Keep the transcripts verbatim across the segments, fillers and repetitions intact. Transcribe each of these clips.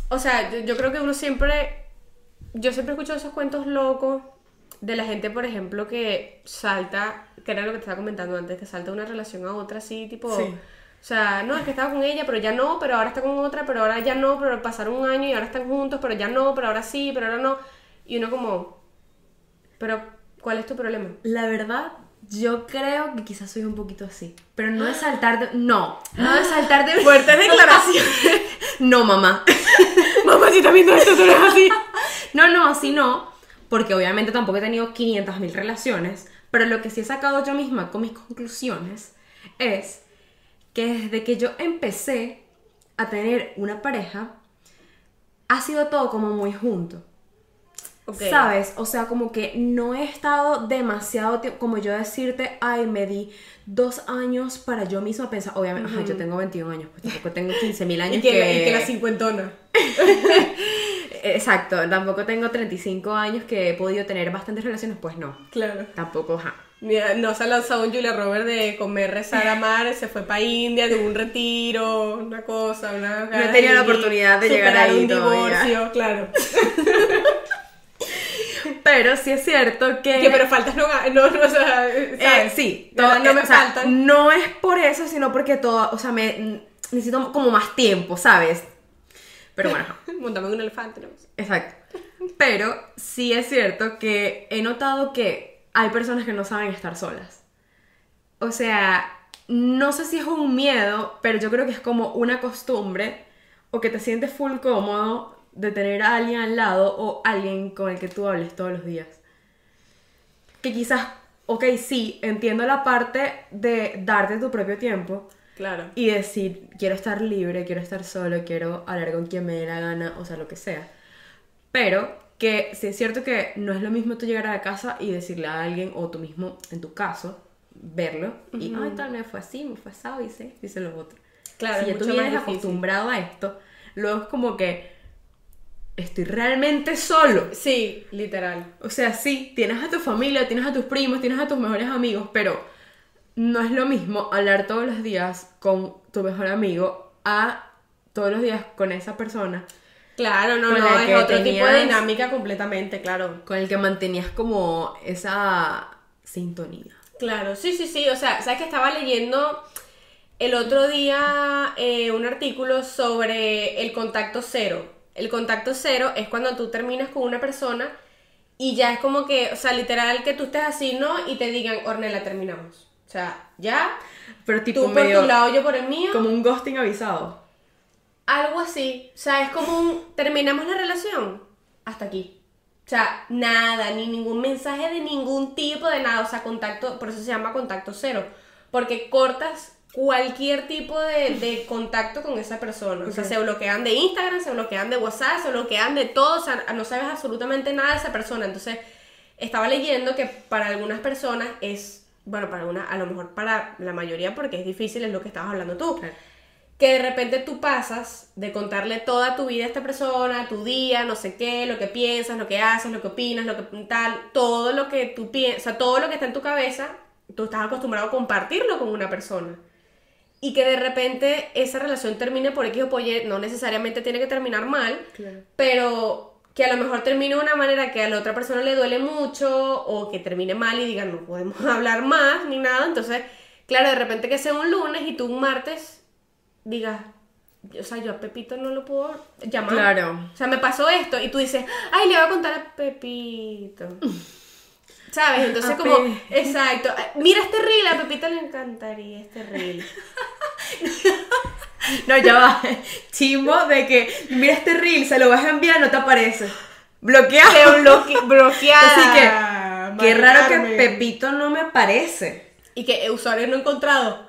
o sea, yo, yo creo que uno siempre, yo siempre escucho esos cuentos locos de la gente, por ejemplo, que salta, que era lo que te estaba comentando antes, que salta de una relación a otra así, tipo, Sí. o sea, no, es que estaba con ella, pero ya no, pero ahora está con otra, pero ahora ya no, pero pasaron un año y ahora están juntos, pero ya no, pero ahora sí, pero ahora no, y uno como, pero, ¿cuál es tu problema? La verdad, yo creo que quizás soy un poquito así. Pero no de saltar de... No, no de saltar de... Fuertes declaraciones. No, mamá. Mamá, si estás viendo esto, tú eres así. No, no, así no. Porque obviamente tampoco he tenido quinientas mil relaciones. Pero lo que sí he sacado yo misma con mis conclusiones es que desde que yo empecé a tener una pareja, ha sido todo como muy junto. Okay. ¿Sabes? O sea, como que no he estado demasiado tiempo, como yo decirte, ay, me di dos años para yo misma pensar, obviamente, uh-huh. Ajá, yo tengo veintiún años, pues tampoco tengo quince mil años y que, que... La, y que la cincuentona. Exacto, tampoco tengo treinta y cinco años que he podido tener bastantes relaciones, pues no. Claro. Tampoco, ajá. Mira, no se ha lanzado un Julia Roberts de comer, rezar, amar, se fue para India, de un retiro, una cosa, una... No he tenido la oportunidad de llegar ahí un todavía. divorcio, claro. Pero sí es cierto que... Que pero faltas no, no, no o sea, ¿sabes? Eh, sí, todo, no me o sea, faltan. No es por eso, sino porque todo, o sea, me necesito como más tiempo, ¿sabes? Pero bueno. Montame un elefante, ¿no? Exacto. Pero sí es cierto que he notado que hay personas que no saben estar solas. O sea, no sé si es un miedo, pero yo creo que es como una costumbre o que te sientes full cómodo de tener a alguien al lado o alguien con el que tú hables todos los días. Que quizás, ok, sí, entiendo la parte de darte tu propio tiempo. Claro. Y decir, quiero estar libre, quiero estar solo, quiero hablar con quien me dé la gana, o sea, lo que sea. Pero que sí es cierto que no es lo mismo tú llegar a la casa y decirle a alguien, o tú mismo, en tu caso, verlo, uh-huh. Y, ay, tal, me fue así, me fue asado, dice, dice lo otro. Claro, si ya tú vienes acostumbrado a esto, luego es como que estoy realmente solo. Sí, literal. O sea, sí, tienes a tu familia, tienes a tus primos, tienes a tus mejores amigos, pero no es lo mismo hablar todos los días con tu mejor amigo a todos los días con esa persona. Claro, no, no, es otro tipo de dinámica completamente, claro. Con el que mantenías como esa sintonía. Claro, sí, sí, sí, o sea, ¿sabes que estaba leyendo el otro día eh, un artículo sobre el contacto cero? El contacto cero es cuando tú terminas con una persona y ya es como que, o sea, literal que tú estés así, ¿no? Y te digan, Ornella, terminamos. O sea, ya, pero tipo tú por medio, tu lado, yo por el mío. Como un ghosting avisado. Algo así, o sea, es como un, terminamos la relación, hasta aquí. O sea, nada, ni ningún mensaje de ningún tipo de nada, o sea, contacto, por eso se llama contacto cero, porque cortas cualquier tipo de, de contacto con esa persona. Okay. O sea, se bloquean de Instagram, se bloquean de WhatsApp, se bloquean de todo, o sea, no sabes absolutamente nada de esa persona. Entonces, estaba leyendo que para algunas personas es, bueno, para algunas, a lo mejor para la mayoría, porque es difícil, es lo que estabas hablando tú. Okay. Que de repente tú pasas de contarle toda tu vida a esta persona, tu día, no sé qué, lo que piensas, lo que haces, lo que opinas, lo que tal, todo lo que tú piensas, o sea, todo lo que está en tu cabeza, tú estás acostumbrado a compartirlo con una persona. Y que de repente esa relación termine por X o por Y, no necesariamente tiene que terminar mal, claro. Pero que a lo mejor termine de una manera que a la otra persona le duele mucho, o que termine mal y digan, no podemos hablar más, ni nada. Entonces, claro, de repente que sea un lunes y tú un martes digas, o sea, yo a Pepito no lo puedo llamar. Claro. O sea, me pasó esto y tú dices, ay, le voy a contar a Pepito. ¿Sabes? Entonces a como, Pe- exacto, mira este reel, a Pepito le encantaría este reel. No, ya va. Chimbo de que, mira este reel, se lo vas a enviar, no te aparece. Bloqueado. Te bloque- bloqueada. Así que, qué raro Carmen. que Pepito no me aparece. Y que usuario no encontrado.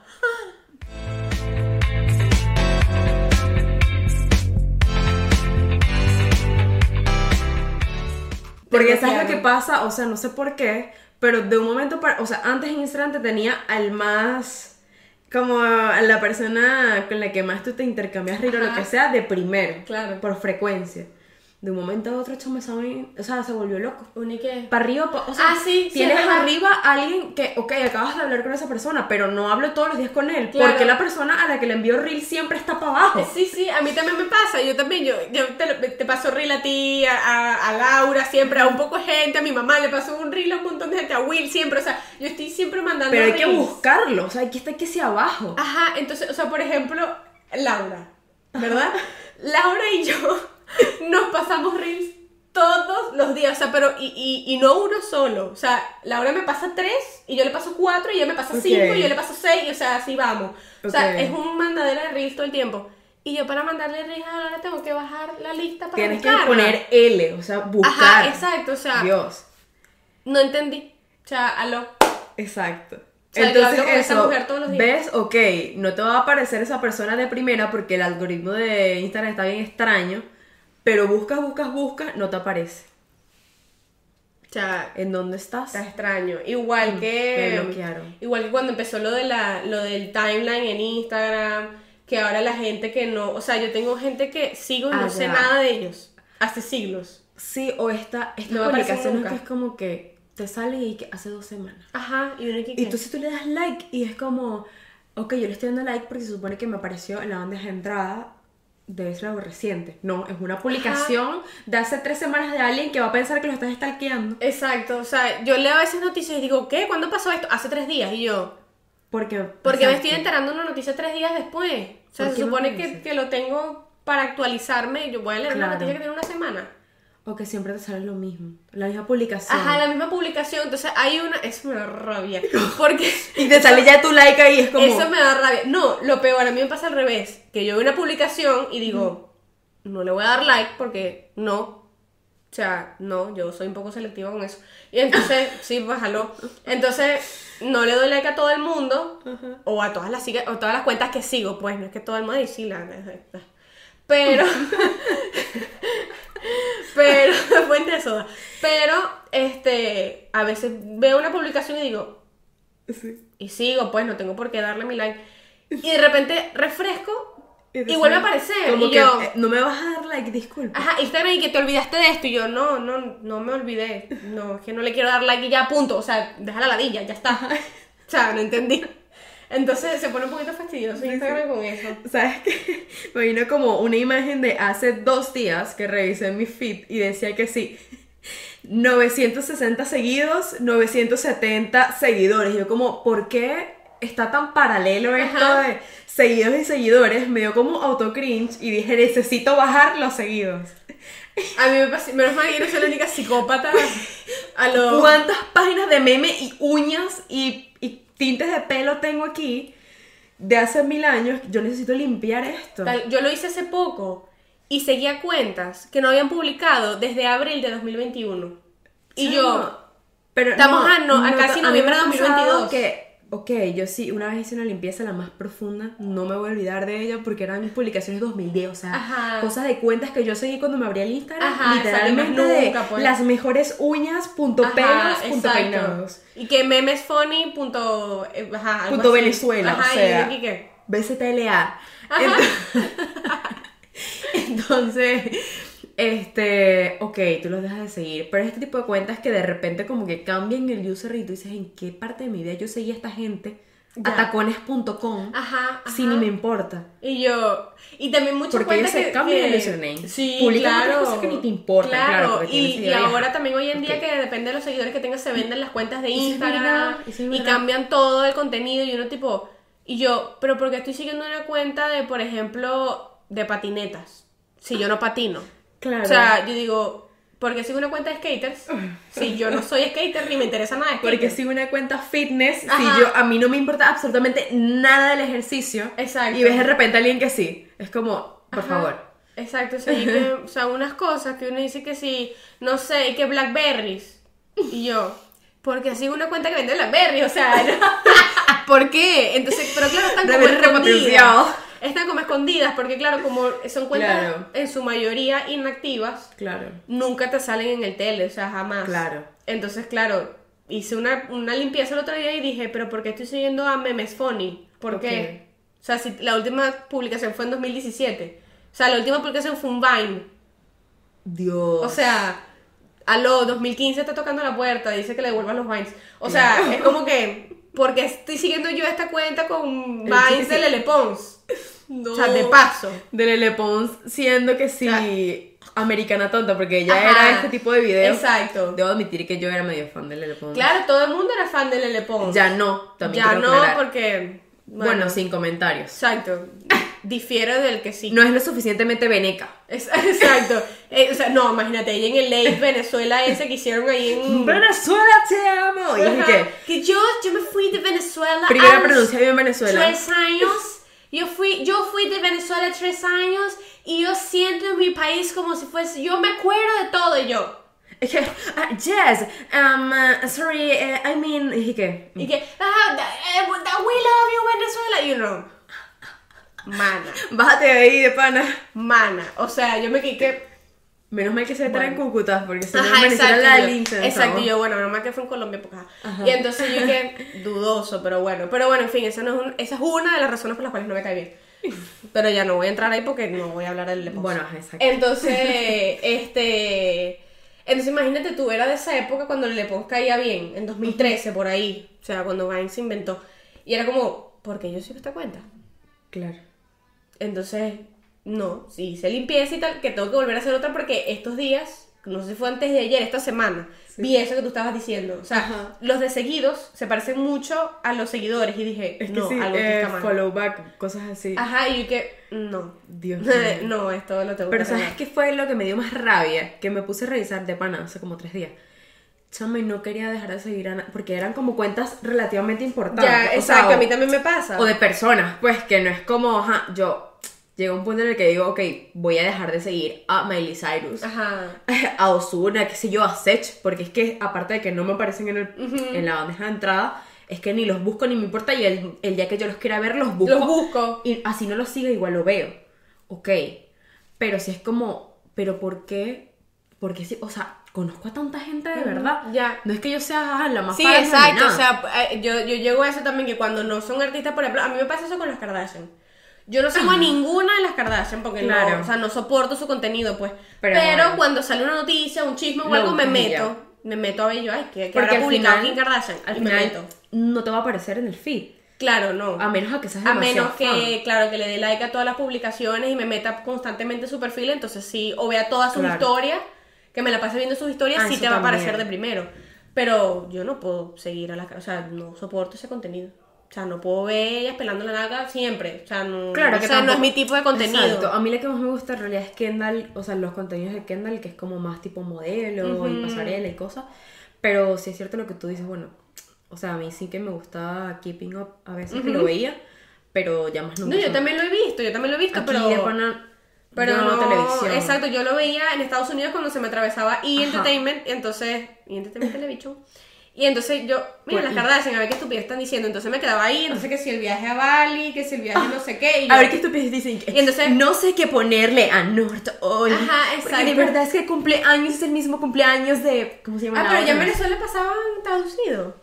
Porque ¿sabes lo que pasa? O sea, no sé por qué, pero de un momento para... O sea, antes en Instagram te tenía al más... Como a la persona con la que más tú te intercambias reel o lo que sea, de primero. Claro. Por frecuencia. de un momento a otro chamo esa vaina, o sea, se volvió loco. Unique. Para arriba, pa- o sea, Ah, sí, sí, tienes es verdad. arriba a alguien que, ok, acabas de hablar con esa persona, pero no hablo todos los días con él. Claro. Porque la persona a la que le envío reel siempre está para abajo. Sí, sí, a mí también me pasa, yo también, yo, yo te, lo- te paso reel a ti, a, a, a Laura, siempre, a un poco de gente, a mi mamá le paso un reel a un montón de gente, a Will siempre, o sea, yo estoy siempre mandando Pero hay que reels. buscarlo, o sea, hay que estar que sea abajo. Ajá, entonces, o sea, por ejemplo, Laura, ¿verdad? Laura y yo nos pasamos reels todos los días, o sea, pero, y, y, y no uno solo, o sea, Laura me pasa tres, y yo le paso cuatro, y ella me pasa Ok. cinco, y yo le paso seis, y, o sea, así vamos. O sea, Ok. es un mandadero de reels todo el tiempo. Y yo para mandarle reels a Laura tengo que bajar la lista para Tienes que buscarla. poner L, o sea, buscar. Ajá, exacto, o sea, Dios. no entendí. O sea, aló. Exacto. sea, yo Entonces hablo con esa eso, mujer todos los días. ves, ok, no te va a aparecer esa persona de primera porque el algoritmo de Instagram está bien extraño, pero buscas, buscas, buscas, no te aparece. O sea, ¿En dónde estás? está extraño. Igual Mm, que. me bloquearon. Igual que cuando empezó lo de la, lo del timeline en Instagram. Que ahora la gente que no. O sea, yo tengo gente que sigo y no Ah, sé ya. nada de ellos. Hace siglos. Sí, o esta, estas No me aparece publicaciones nunca. que es como que te sale y que hace dos semanas. Ajá, y uno que. Y entonces tú le das like y es como, ok, yo le estoy dando like porque se supone que me apareció en la bandeja de entrada. Debe ser algo reciente. No, es una publicación de hace tres semanas de alguien que va a pensar que lo estás stalkeando. Exacto, o sea, yo leo a veces noticias y digo, ¿qué? ¿Cuándo pasó esto? Hace tres días. Y yo, Porque, porque me exacto. estoy enterando de una noticia tres días después. O sea, ¿Por se qué me supone que, parece? que lo tengo para actualizarme. Yo voy a leer una Claro. noticia que tiene una semana. O que siempre te sale lo mismo. La misma publicación. Ajá, la misma publicación. Entonces hay una. Eso me da rabia. Porque. Y te sale ya tu like ahí, es como... Eso me da rabia. No, lo peor, a mí me pasa al revés. Que yo veo una publicación y digo, no le voy a dar like porque no. O sea, no, yo soy un poco selectiva con eso. Y entonces, sí, bájalo. Entonces, no le doy like a todo el mundo. Ajá. O a todas las siga- o todas las cuentas que sigo, pues, no es que todo el mundo y sí, la, la- la- pero pero fuente de soda. Pero este, a veces veo una publicación y digo, Sí. y sigo, pues, no tengo por qué darle mi like. Y de repente refresco Y te y vuelve a sale aparecer. Como Y que yo, eh, no me vas a dar like, disculpa. ajá, Instagram, y que te olvidaste de esto. Y yo, no, no, no me olvidé. No, es que no le quiero dar like y ya, punto. O sea, deja la ladilla, ya está. O sea, no entendí. Entonces se pone un poquito fastidioso Sí, Instagram sí. con eso. ¿Sabes qué? Me vino como una imagen de hace dos días que revisé mi feed y decía que sí, novecientos sesenta seguidos, novecientos setenta seguidores. Yo como, ¿por qué está tan paralelo esto Ajá. de seguidos y seguidores? Me dio como auto cringe y dije, necesito bajar los seguidos. A mí me pasa, menos mal que yo no soy la única psicópata a lo... ¿Cuántas páginas de meme y uñas y, y tintes de pelo tengo aquí de hace mil años? Yo necesito limpiar esto. Tal- Yo lo hice hace poco y seguía cuentas que no habían publicado desde abril de dos mil veintiuno. Y yo, Chamo, pero estamos a no- a casi a mí me noviembre ha de dos mil veintidós. pasado que, ok, yo sí, una vez hice una limpieza la más profunda, no me voy a olvidar de ella porque eran publicaciones de dos mil diez, o sea, Ajá. cosas de cuentas que yo seguí cuando me abría el Instagram, Ajá, literalmente exacto, más de nunca, pues. las mejores uñas, punto ajá, pelos, punto exacto. peinados, Y que memesfunny punto, eh, ajá, algo punto así. Venezuela, Ajá, o sea, y, y qué. B C T L A. Ajá. Entonces, este, ok, tú los dejas de seguir, pero este tipo de cuentas que de repente como que cambian el user y tú dices, ¿en qué parte de mi vida yo seguí a esta gente? Ya. A tacones punto com, Ajá, ajá. si ni me importa. Y yo, y también muchas Porque ellos cuentas se que, cambian que- el username. Sí, Publican otras claro. cosas que ni te importan, claro, porque tienen y, y seguidores. ahora también hoy en día Ok. que depende de los seguidores que tengas se venden las cuentas de Eso es Instagram verdad, eso es y verdad. cambian todo el contenido y uno tipo, y yo, pero ¿por qué estoy siguiendo una cuenta de, por ejemplo, de patinetas? Si yo no patino. Claro. O sea, yo digo, ¿por qué sigo una cuenta de skaters? Si yo no soy skater ni me interesa nada de skaters. Porque sigo una cuenta fitness, si Ajá. yo, a mí no me importa absolutamente nada del ejercicio. Exacto. Y ves de repente a alguien que sí. Es como, por Ajá. favor. Exacto, o sea, y que, o sea, unas cosas que uno dice que sí, no sé, y que Blackberries. Y yo, porque sigo una cuenta que vende Blackberries, o sea, ¿no? ¿Por qué? Entonces, pero claro, están como Blackberry repotenciado. escondidas. Están como escondidas, porque claro, como son cuentas Claro. en su mayoría inactivas, Claro. nunca te salen en el tele, o sea, jamás. Claro. Entonces, claro, hice una, una limpieza el otro día y dije, pero ¿por qué estoy siguiendo a Memes Funny? ¿Por Ok. qué? O sea, si la última publicación fue en dos mil diecisiete. O sea, la última publicación fue un Vine. Dios. O sea, aló, dos mil quince está tocando la puerta, dice que le devuelvan los Vines. O sea, es como que, porque estoy siguiendo yo esta cuenta con Vines de Lele Pons. No. O sea, de paso. De Lele Pons, siendo que sí, sea, americana tonta, porque ella ajá, era este tipo de videos. Exacto. Debo admitir que yo era medio fan de Lele Pons. Claro, todo el mundo era fan de Lele Pons. Ya no, también Ya quiero no, aclarar. porque... Bueno, Bueno, sin comentarios. exacto. Difiere del que sí. No es lo suficientemente veneca. Es- exacto. Eh, o sea, no, imagínate, ahí en el Late Venezuela ese que hicieron ahí en... Venezuela te amo. Y es Ajá, que que yo, yo me fui de Venezuela primero a los pronuncia bien Venezuela. tres años. Yo fui, yo fui de Venezuela tres años y yo siento en mi país como si fuese... Yo me acuerdo de todo y yo... Es que, ah, yes, um, uh, sorry, eh, I mean, y que, Y que... ah, da- eh, da- we love you, Venezuela. Y uno... Mana, bájate de ahí de pana. mana. O sea, yo me quedé... Menos mal que se traen Bueno. Cúcuta, porque si no Ajá, en Venezuela exacto, la yo- linchan. exacto, ¿sabes? y yo, bueno, normal que fue en Colombia, porque ajá. Ajá. Y entonces yo dije, dudoso, pero bueno. Pero bueno, en fin, esa, no es un- esa es una de las razones por las cuales no me cae bien. Pero ya no voy a entrar ahí porque no voy a hablar del Lepos. Bueno, ajá, exacto. Entonces, este... Entonces imagínate tú, era de esa época cuando el Lepos caía bien, en dos mil trece, por ahí. O sea, cuando Vine se inventó. Y era como, ¿por qué yo sigo esta cuenta? Claro. Entonces, no, si hice limpieza y tal, que tengo que volver a hacer otra porque estos días, no sé si fue antes de ayer, esta semana, Sí. vi eso que tú estabas diciendo. O sea, Ajá. los de seguidos se parecen mucho a los seguidores y dije, Es que no, sí, algo eh, está mal. follow back, cosas así. Ajá, y yo que, no. Dios mío. No, esto lo tengo Pero que ¿sabes arreglar. qué fue lo que me dio más rabia? Que me puse a revisar de pana hace como tres días. Chama, y no quería dejar de seguir a na- porque eran como cuentas relativamente importantes. Ya, o sea, exacto, o- a mí también me pasa. O de personas, pues, que no es como, ajá, yo... Llega un punto en el que digo, ok, voy a dejar de seguir a Miley Cyrus, Ajá. a Ozuna, qué sé yo, a Sech, porque es que aparte de que no me aparecen en, el, en la bandeja de entrada, es que ni los busco ni me importa y el, el día que yo los quiera ver los busco. Los busco. Y así no los siga, igual lo veo. Ok, pero si es como, ¿pero por qué? Porque si, o sea, conozco a tanta gente de verdad. Ya. No es que yo sea ah, la más Sí, famosa ni exacto, nada. o sea, eh, yo, yo llego a eso también, que cuando no son artistas, por ejemplo, a mí me pasa eso con las Kardashian. Yo no sigo a ninguna de las Kardashian porque Claro. no, o sea, no soporto su contenido, pues. Pero Pero, bueno. cuando sale una noticia, un chisme o Lo algo, me buscas y meto. ya. Me meto a ver yo, ay, que, que Porque habrá al publicado final- Kim Kardashian. Al y me final meto. no te va a aparecer en el feed. Claro, no. A menos a que seas A demasiado menos que, fan. claro, que le dé like a todas las publicaciones y me meta constantemente su perfil, entonces sí, o vea todas sus Claro. historias, que me la pase viendo sus historias, Ah, sí eso te va a también. aparecer de primero. Pero yo no puedo seguir a la... O sea, no soporto ese contenido. O sea, no puedo ver ellas pelando la nalga siempre. O sea, no, Claro o que sea, no tampoco- es mi tipo de contenido. Exacto. A mí la que más me gusta en realidad es Kendall, o sea, los contenidos de Kendall, que es como más tipo modelo y pasarela y cosas. Pero sí es cierto lo que tú dices, bueno, o sea, a mí sí que me gusta Keeping Up a veces que lo veía, pero ya más No, nunca. yo también lo he visto, yo también lo he visto, Aquí pero... de pana, Pero yo no, televisión. exacto, yo lo veía en Estados Unidos cuando se me atravesaba E! Ajá. Entertainment, entonces, E! Entertainment Television. Y entonces yo, mira, Pues, las y- Kardashian, a ver qué estupidez están diciendo. Entonces me quedaba ahí, entonces que si el viaje a Bali, que si el viaje no sé qué. Y yo, A ver qué estupidez dicen. Y entonces- no sé qué ponerle a North hoy. Ajá, Porque exacto. de verdad es que cumpleaños es el mismo cumpleaños de. ¿Cómo se llama? Ah, la pero ya en otra? Venezuela pasaban traducido.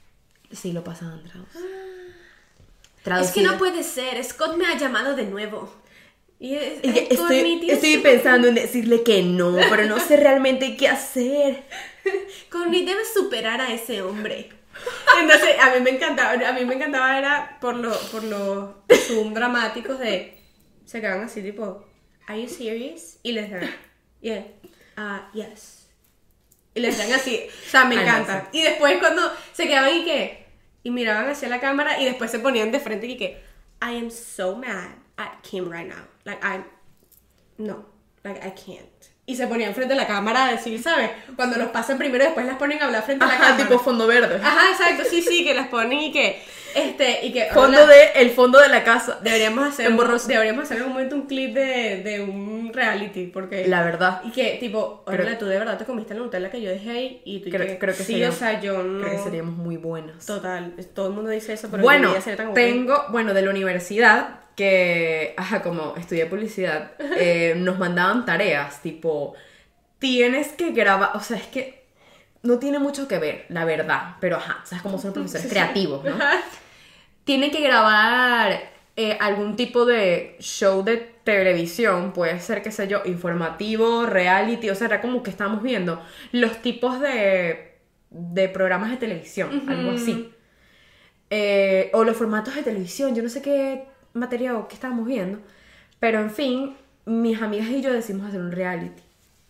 Sí, lo pasaban traducido. Es que Traducido. no puede ser, Scott me ha llamado de nuevo. Y es, Y que ay, Courtney, Estoy, tienes estoy un- pensando en decirle que no, pero no sé realmente qué hacer. Courtney, debes superar a ese hombre. Entonces, a mí me encantaba, a mí me encantaba era por lo, por los zoom dramáticos de, se quedan así tipo, ¿Are you serious? Y les dan, yeah, ah, yes. Y les dan así, o sea, me Ah, no, encanta. Y después cuando se quedaban y que, y miraban hacia la cámara y después se ponían de frente y que, I am so mad at Kim right now. Like, I'm, no, like, I can't. Y se ponían frente a la cámara a decir, ¿sabes? Cuando los pasan primero y después las ponen a hablar frente a la Ajá, cámara. tipo fondo verde. Ajá, exacto, sí, sí, que las ponen y que, este, y que... Fondo hola, de, el fondo de la casa. Deberíamos hacer, en un, borroso. deberíamos hacer en un momento un clip de, de un reality, porque... La verdad. Y que, tipo, Creo- hola, tú de verdad te comiste la Nutella que yo dejé ahí y tú y Creo- que, creo que sí, seríamos- o sea, yo no... Creo que seríamos muy buenos. Total, todo el mundo dice eso, pero Bueno, mi vida sería tan aburrida. tengo, bueno, de la universidad, que, ajá, como estudié publicidad, eh, nos mandaban tareas, tipo, tienes que grabar, o sea, es que no tiene mucho que ver, la verdad, pero ajá, sabes cómo son profesores creativos, ¿no? Tienen que grabar eh, algún tipo de show de televisión, puede ser, qué sé yo, informativo, reality, o sea, era como que estábamos viendo los tipos de, de programas de televisión, uh-huh. algo así. Eh, o los formatos de televisión, yo no sé qué material o qué estábamos viendo, pero en fin, mis amigas y yo decidimos hacer un reality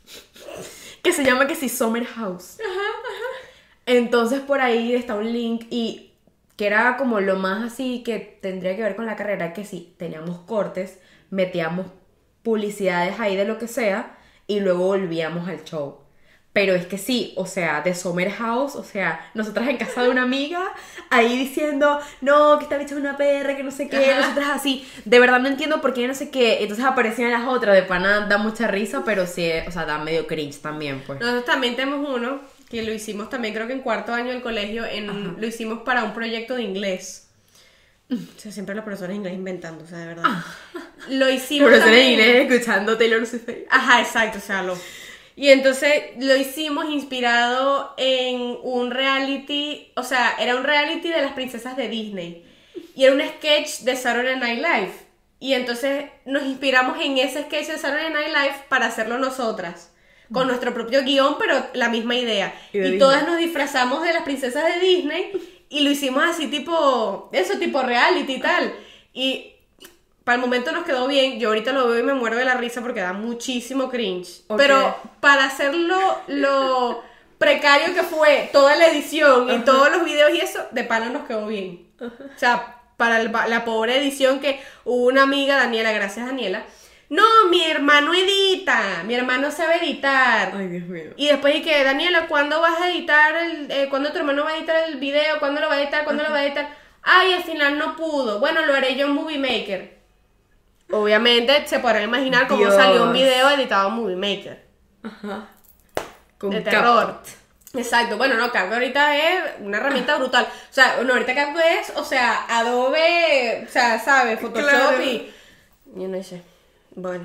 que se llama que sí Summer House. Ajá, ajá. Entonces por ahí está un link y que era como lo más así que tendría que ver con la carrera, que sí, teníamos cortes, metíamos publicidades ahí de lo que sea y luego volvíamos al show. Pero es que sí, o sea, de Summer House, o sea, nosotras en casa de una amiga, ahí diciendo, no, que esta bicha es una perra, que no sé qué, ajá. nosotras así, de verdad no entiendo por qué no sé qué, entonces aparecían las otras, de pana da mucha risa, pero sí, o sea, da medio cringe también, pues. Nosotros también tenemos uno, que lo hicimos también creo que en cuarto año del colegio, en, lo hicimos para un proyecto de inglés. O sea, siempre los profesores de inglés inventando, o sea, de verdad. Ah. Lo hicimos profesores de inglés escuchando Taylor Swift. Ajá, exacto, o sea, lo... Y entonces lo hicimos inspirado en un reality, o sea, era un reality de las princesas de Disney. Y era un sketch de Saturday Night Live. Y entonces nos inspiramos en ese sketch de Saturday Night Live para hacerlo nosotras. Con nuestro propio guión, pero la misma idea. Y, y todas nos disfrazamos de las princesas de Disney y lo hicimos así tipo, eso, tipo reality y tal. Y... para el momento nos quedó bien. Yo ahorita lo veo y me muero de la risa porque da muchísimo cringe. Okay. Pero para hacerlo lo precario que fue toda la edición, uh-huh. y todos los videos y eso, de pana nos quedó bien. Uh-huh. O sea, para el, la pobre edición que hubo una amiga, Daniela, gracias Daniela. No, mi hermano edita, mi hermano sabe editar. Ay, Dios mío. Y después dije, Daniela, ¿cuándo vas a editar el, eh, cuándo tu hermano va a editar el video? ¿Cuándo lo va a editar? ¿Cuándo uh-huh. lo va a editar? Ay, al final no pudo. Bueno, lo haré yo en Movie Maker. Obviamente se podrán imaginar cómo Dios. Salió un video editado en Movie Maker. Ajá. Con de terror. CapCut. Exacto. Bueno, no, CapCut ahorita es una herramienta brutal. O sea, no, ahorita CapCut es, o sea, Adobe, o sea, ¿sabes? Photoshop claro. y... yo no sé. Bueno.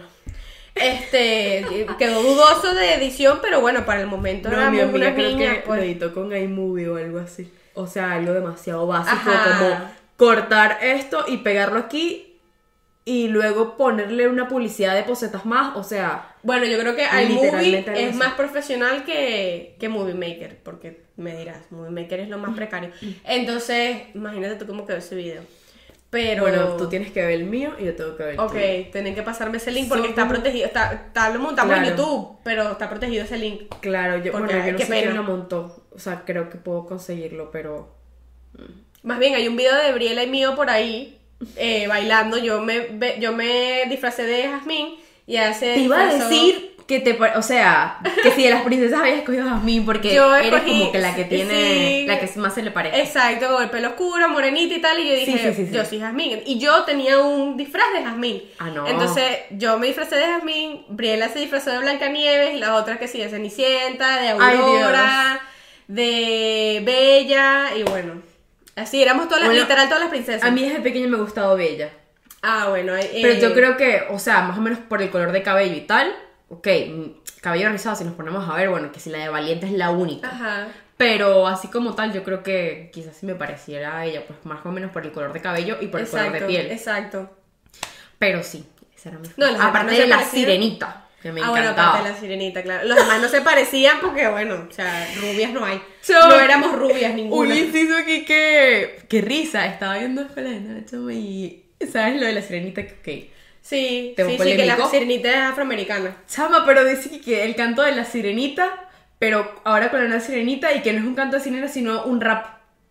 Este, quedó dudoso de edición, pero bueno, para el momento no, era mi amiga una creo niña. Que pues. lo editó con iMovie o algo así. O sea, algo demasiado básico, ajá. como cortar esto y pegarlo aquí... y luego ponerle una publicidad de posetas más, o sea... Bueno, yo creo que iMovie es más profesional que, que Movie Maker, porque me dirás, Movie Maker es lo más precario. Entonces, imagínate tú cómo quedó ese video. Pero... bueno, tú tienes que ver el mío y yo tengo que ver el Ok, tuyo. tienen que pasarme ese link porque so, está protegido, está, está lo montamos claro. en YouTube, pero está protegido ese link. Claro, yo, bueno, yo no sé pena. quién lo montó, o sea, creo que puedo conseguirlo, pero... más bien, hay un video de Briela y mío por ahí... Eh, bailando, yo me yo me disfracé de Jazmín y hace te iba a decir que te, o sea, que si de las princesas habías escogido a Jazmín porque yo eres escogí, como que la que tiene, sí, la que más se le parece. Exacto, con el pelo oscuro, morenita y tal, y yo dije, sí, sí, sí, yo sí. soy Jazmín, y yo tenía un disfraz de Jazmín. Ah, no. Entonces, yo me disfracé de Jazmín, Briela se disfrazó de Blancanieves y las otras que sí, de Cenicienta, de Aurora, de Bella, y bueno. Así, éramos todas las, bueno, literal todas las princesas. A mí desde pequeña me ha gustado Bella. Ah, bueno. Eh, Pero yo creo que, o sea, más o menos por el color de cabello y tal, ok, cabello rizado, si nos ponemos a ver, bueno, que si la de Valiente es la única. Ajá. Pero así como tal, yo creo que quizás si me pareciera a ella, pues más o menos por el color de cabello y por el exacto, color de piel. Exacto. Pero sí, esa era mi no, aparte no de la parecían. Sirenita. Que me ah, encantaba. bueno, aparte de la Sirenita, claro. Los demás no se parecían porque, bueno, o sea, rubias no hay. So, no éramos rubias ninguna. Un inciso aquí que... qué risa. Estaba viendo Escuela de Nada, chama, y... ¿sabes lo de la Sirenita? Okay. Sí, sí, sí, que la Sirenita es afroamericana. Chama, pero decir que el canto de la Sirenita, pero ahora con la nueva Sirenita, y que no es un canto de sirena, sino un rap.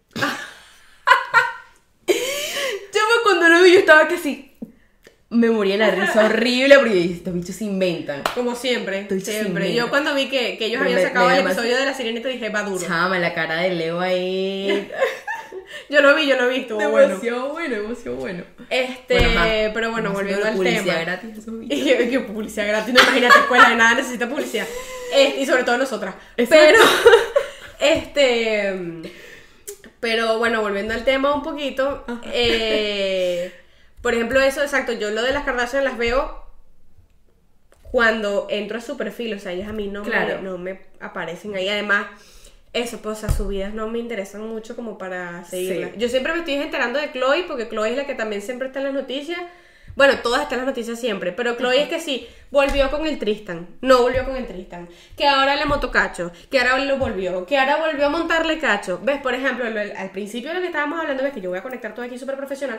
Chama, cuando lo vi yo estaba que así... me moría la risa horrible porque estos bichos se inventan. Como siempre, siempre. Yo cuando vi que, que ellos pero habían me, sacado me el episodio más... de la Sirenita dije, va duro. Chama, la cara de Leo ahí. Yo lo vi, yo lo vi, estuvo demasiado bueno. Demasiado bueno, Este, bueno, pero bueno, volviendo al publicidad tema. Gratis, esos bichos. Y que publicidad gratis, no imagínate, escuela de nada necesita publicidad. Este, y sobre todo nosotras. Exacto. Pero, este, pero bueno, volviendo al tema un poquito, eh... por ejemplo, eso, exacto, yo lo de las Kardashian las veo cuando entro a su perfil, o sea, ellas a mí no, claro. me, no me aparecen ahí. Además, eso, pues, o sea, sus vidas no me interesan mucho como para seguirlas. Sí. Yo siempre me estoy enterando de Chloe, porque Chloe es la que también siempre está en las noticias, Bueno, todas están en las noticias siempre, pero Chloe es que sí, volvió con el Tristan, no volvió con el Tristan, que ahora le montó cacho, que ahora lo volvió, que ahora volvió a montarle cacho. ¿Ves? Por ejemplo, lo- al principio de lo que estábamos hablando, ves que yo voy a conectar todo aquí súper profesional.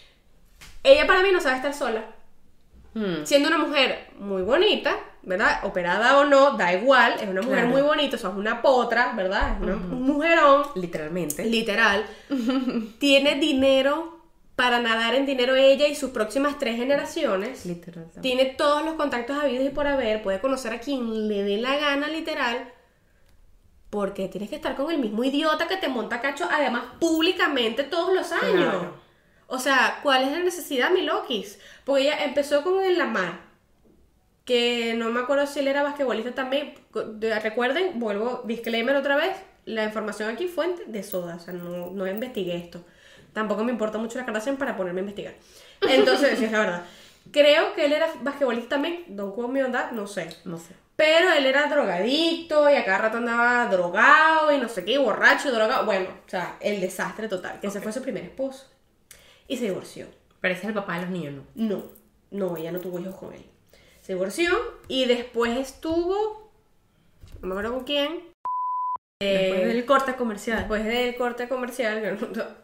Ella para mí no sabe estar sola. Hmm. Siendo una mujer muy bonita, ¿verdad? Operada o no, da igual, es una mujer Claro. muy bonita, o sea, es una potra, ¿verdad? Es una, un mujerón, Literalmente. literal. Tiene dinero para nadar en dinero ella y sus próximas tres generaciones. Literal. Tiene todos los contactos habidos y por haber, puede conocer a quien le dé la gana, literal. Porque tienes que estar con el mismo idiota que te monta cacho, además públicamente todos los años. Claro. O sea, ¿cuál es la necesidad, mi Lokis? Porque ella empezó con el Lamar, que no me acuerdo si él era basquetbolista también. Recuerden, vuelvo, disclaimer otra vez, la información aquí fuente de Soda, o sea, no, no investigué esto. Tampoco me importa mucho la Kardashian para ponerme a investigar. Entonces, sí, es la verdad. Creo que él era basquetbolista también, don't quote me on that, no sé. No sé. Pero él era drogadicto y a cada rato andaba drogado y no sé qué, y borracho, drogado. Bueno, o sea, el desastre total. Que ese fue su primer esposo. Y se divorció. Pero ese es el papá de los niños, ¿no? No, no, ella no tuvo hijos con él. Se divorció y después estuvo, no me acuerdo con quién. Después Eh, del corte comercial. Después del corte comercial, que no- no-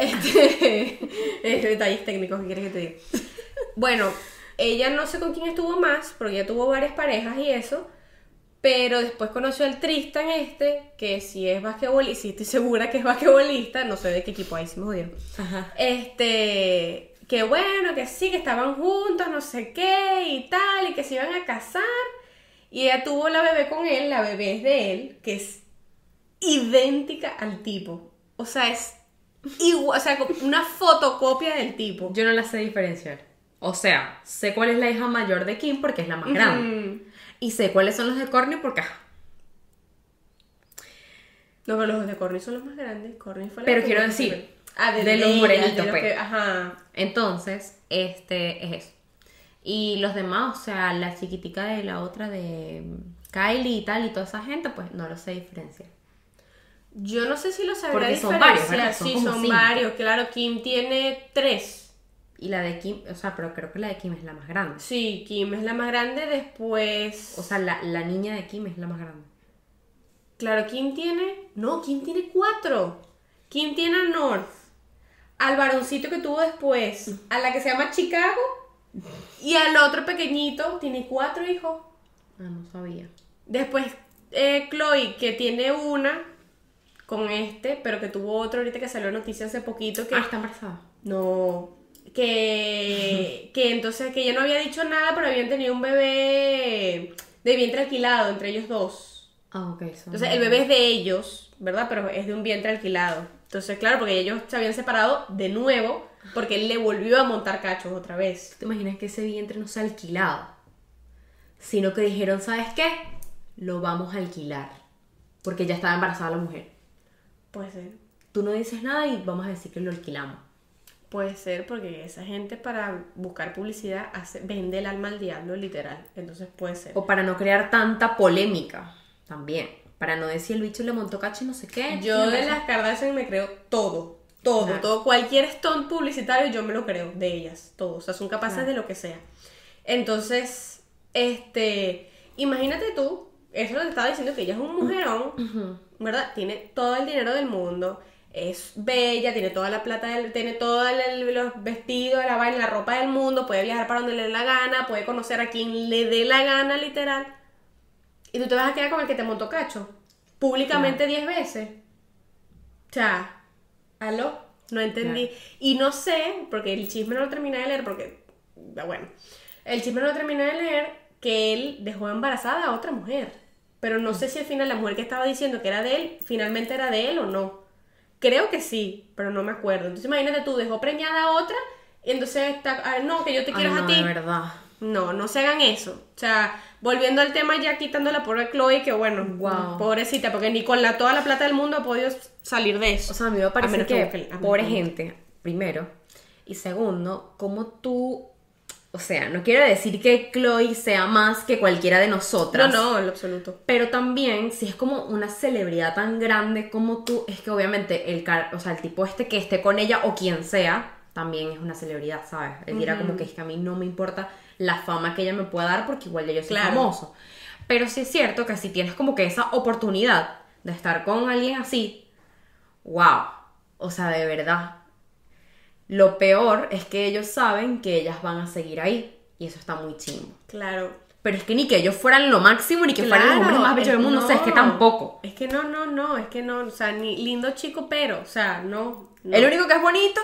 este, eh, detalles técnicos que quieres que te diga. Bueno, ella no sé con quién estuvo más, porque ella tuvo varias parejas y eso, pero después conoció al Tristan este, que si es basquetbolista, sí estoy segura que es basquetbolista, no sé de qué equipo ahí, se me jodieron. Ajá. Este, que bueno, que sí, que estaban juntos, no sé qué y tal, y que se iban a casar. Y ella tuvo la bebé con él, la bebé es de él, que es idéntica al tipo. O sea, es igual, o sea, como una fotocopia del tipo. Yo no la sé diferenciar. O sea, sé cuál es la hija mayor de Kim porque es la más grande. Ujú. Y sé cuáles son los de Kourtney porque... ajá. No, pero los de Kourtney son los más grandes. Kourtney fue la Pero que quiero tuvo decir, primero. Ah, de los ella, morenitos, de los pues. que- ajá. Entonces, este es eso. Y los demás, o sea, la chiquitica de la otra de Kylie y tal, y toda esa gente, pues no lo sé diferenciar. Yo no sé si lo sabría Porque son diferenciar. varios, ¿verdad? Son Sí, como son cinco. varios. Claro, Kim tiene tres. Y la de Kim, o sea, pero creo que la de Kim es la más grande. Sí, Kim es la más grande. Después. O sea, la, la niña de Kim es la más grande. Claro, Kim tiene. No, Kim tiene cuatro. Kim tiene a North, al varoncito que tuvo después, a la que se llama Chicago y al otro pequeñito. Tiene cuatro hijos. Ah, no sabía. Después, eh, Chloe, que tiene una con este, pero que tuvo otro ahorita que salió noticia hace poquito. Que Ah, está embarazada. no. Que, que entonces que ella no había dicho nada, pero habían tenido un bebé de vientre alquilado entre ellos dos. Ah, ok. Son... Entonces el bebé es de ellos, ¿verdad? Pero es de un vientre alquilado. Entonces, claro, porque ellos se habían separado de nuevo porque él le volvió a montar cachos otra vez. ¿Te imaginas que ese vientre no sea alquilado? Sino que dijeron, ¿sabes qué? Lo vamos a alquilar. Porque ya estaba embarazada la mujer. Puede ser. Tú no dices nada y vamos a decir que lo alquilamos. Puede ser porque esa gente para buscar publicidad hace, vende el alma al diablo, literal. Entonces puede ser. O para no crear tanta polémica también. Para no decir el bicho le montó cacho y no sé qué. Yo de las Kardashian me creo todo. Todo, Claro. todo. Cualquier stunt publicitario yo me lo creo de ellas. Todo. O sea, son capaces Claro. de lo que sea. Entonces, este... Imagínate tú, eso lo que estaba diciendo, que ella es un mujerón, Ujú. ¿verdad? Tiene todo el dinero del mundo. Es bella, tiene toda la plata, del, tiene todos los vestidos, la vaina, la ropa del mundo, puede viajar para donde le dé la gana, puede conocer a quien le dé la gana, literal. Y tú te vas a quedar con el que te montó cacho, públicamente diez veces. O sea, ¿aló? No entendí. Claro. Y no sé, porque el chisme no lo terminé de leer, porque, bueno, el chisme no lo terminé de leer, que él dejó embarazada a otra mujer. Pero no sé si al final la mujer que estaba diciendo que era de él, finalmente era de él o no. Creo que sí, pero no me acuerdo. Entonces imagínate tú, dejó preñada a otra y entonces está, ah, no, que yo te quiero Ay, a no, ti. de verdad. No, no se hagan eso. O sea, volviendo al tema ya quitando la pobre Chloe, que bueno, Wow. pobrecita, porque ni con la, toda la plata del mundo ha podido salir de eso. O sea, a mí me parece menos que, busque- a menos pobre que- gente, primero. Y segundo, como tú... O sea, no quiero decir que Chloe sea más que cualquiera de No, nosotras. no, en lo absoluto. Pero también, si es como una celebridad tan grande como tú, es que obviamente el, car- o sea, el tipo este que esté con ella o quien sea, también es una celebridad, ¿sabes? Él dirá como que es que a mí no me importa la fama que ella me pueda dar porque igual ya yo soy Claro. famoso. Pero sí es cierto que si tienes como que esa oportunidad de estar con alguien así, wow, o sea, de verdad. Lo peor es que ellos saben que ellas van a seguir ahí y eso está muy chimbo. Claro. Pero es que ni que ellos fueran lo máximo ni que fueran los hombres más bellos del mundo, o sea, es que tampoco. Es que no, no, no, es que no, o sea, ni lindo chico pero, o sea, no. no. El único que es bonito,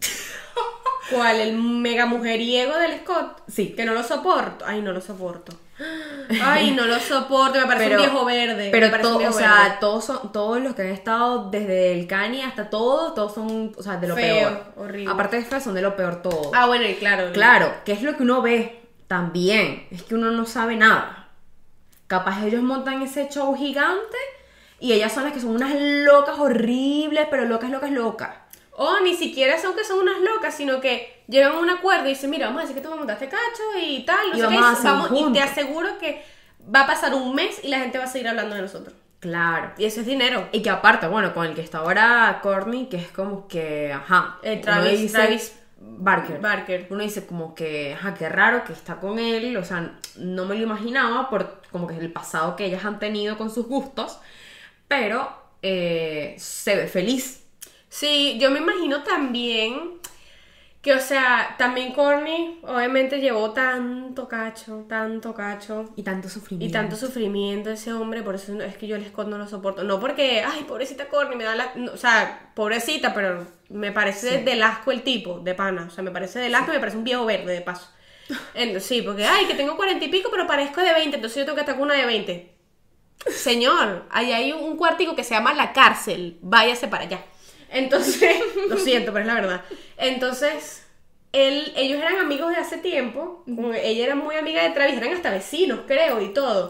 ¿Cuál? El mega mujeriego del Scott. Sí. Que no lo soporto. Ay, no lo soporto. Ay, no lo soporto. Me parece Pero- un viejo verde. pero me parece un todo, o viejo sea, verde. todos son, todos los que han estado desde el Kanye hasta todos, todos son, o sea, de lo Feo, peor. horrible. Aparte de feo, son de lo peor todos. Ah, bueno, y claro. Claro, ¿qué es lo que uno ve? También, es que uno no sabe nada. Capaz ellos montan ese show gigante y ellas son las que son unas locas horribles, pero locas, locas, locas. O ni siquiera son que son unas locas, sino que llegan a un acuerdo y dicen, mira, vamos a decir que tú me montaste cacho y tal, no Y sé vamos qué, a hacer vamos, y te juntos. aseguro que va a pasar un mes y la gente va a seguir hablando de nosotros. Claro. Y eso es dinero. Y que aparte, bueno, con el que está ahora Courtney, que es como que, ajá. Eh, uno Travis- dice- Travis Barker. Barker. Uno dice como que, ajá, qué raro que está con él, o sea, no me lo imaginaba por como que el pasado que ellas han tenido con sus gustos, pero eh, se ve feliz. Sí, yo me imagino también que, o sea, también Courtney obviamente llevó tanto cacho, tanto cacho Y tanto y sufrimiento. tanto sufrimiento ese hombre, por eso no- es que yo el Scott no lo soporto. No porque, ay, pobrecita Courtney, me da la... no, o sea, pobrecita, pero me parece Sí. del asco el tipo, de pana. O sea, me parece del asco y me parece un viejo verde, de paso. En- sí, porque, ay, que tengo cuarenta y pico, pero parezco de veinte, entonces yo tengo que estar con una de veinte. Señor, ahí hay un cuartico que se llama La Cárcel, váyase para allá. Entonces, lo siento, pero es la verdad. Entonces, él, ellos eran amigos de hace tiempo, como ella era muy amiga de Travis, eran hasta vecinos, creo, y todo.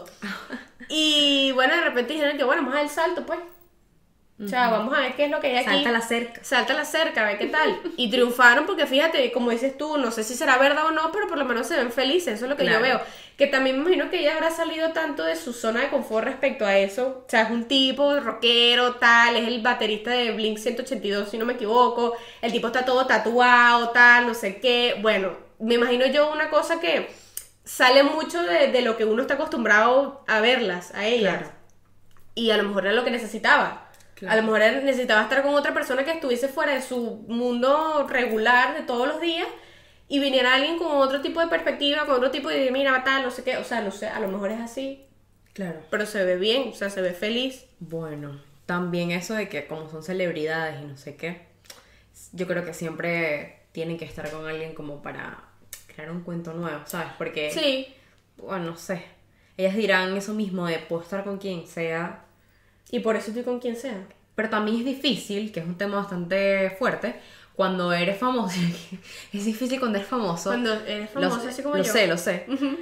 Y bueno, de repente dijeron que bueno, vamos a dar el salto, pues. O sea, vamos a ver qué es lo que hay aquí. Salta la cerca. Salta la cerca, a ver qué tal. Y triunfaron porque fíjate, como dices tú, no sé si será verdad o no, pero por lo menos se ven felices, eso es lo que Claro. yo veo. Que también me imagino que ella habrá salido tanto de su zona de confort respecto a eso. O sea, es un tipo rockero, tal, es el baterista de Blink ciento ochenta y dos, si no me equivoco. El tipo está todo tatuado, tal, no sé qué. Bueno, me imagino yo una cosa que sale mucho de, de lo que uno está acostumbrado a verlas, a ellas. Claro. Y a lo mejor era lo que necesitaba. Claro. A lo mejor él necesitaba estar con otra persona que estuviese fuera de su mundo regular de todos los días y viniera alguien con otro tipo de perspectiva, con otro tipo de mira, tal, no sé qué. O sea, no sé, a lo mejor es así, Claro. pero se ve bien, o sea, se ve feliz. Bueno, también eso de que como son celebridades y no sé qué, yo creo que siempre tienen que estar con alguien como para crear un cuento nuevo, ¿sabes? Porque, Sí, bueno, no sé, ellas dirán eso mismo de puedo estar con quien sea, y por eso estoy con quien sea. pero también es difícil, que es un tema bastante fuerte, cuando eres famoso, es difícil cuando eres famoso. Cuando eres famoso, lo, así como lo yo. sé, lo sé,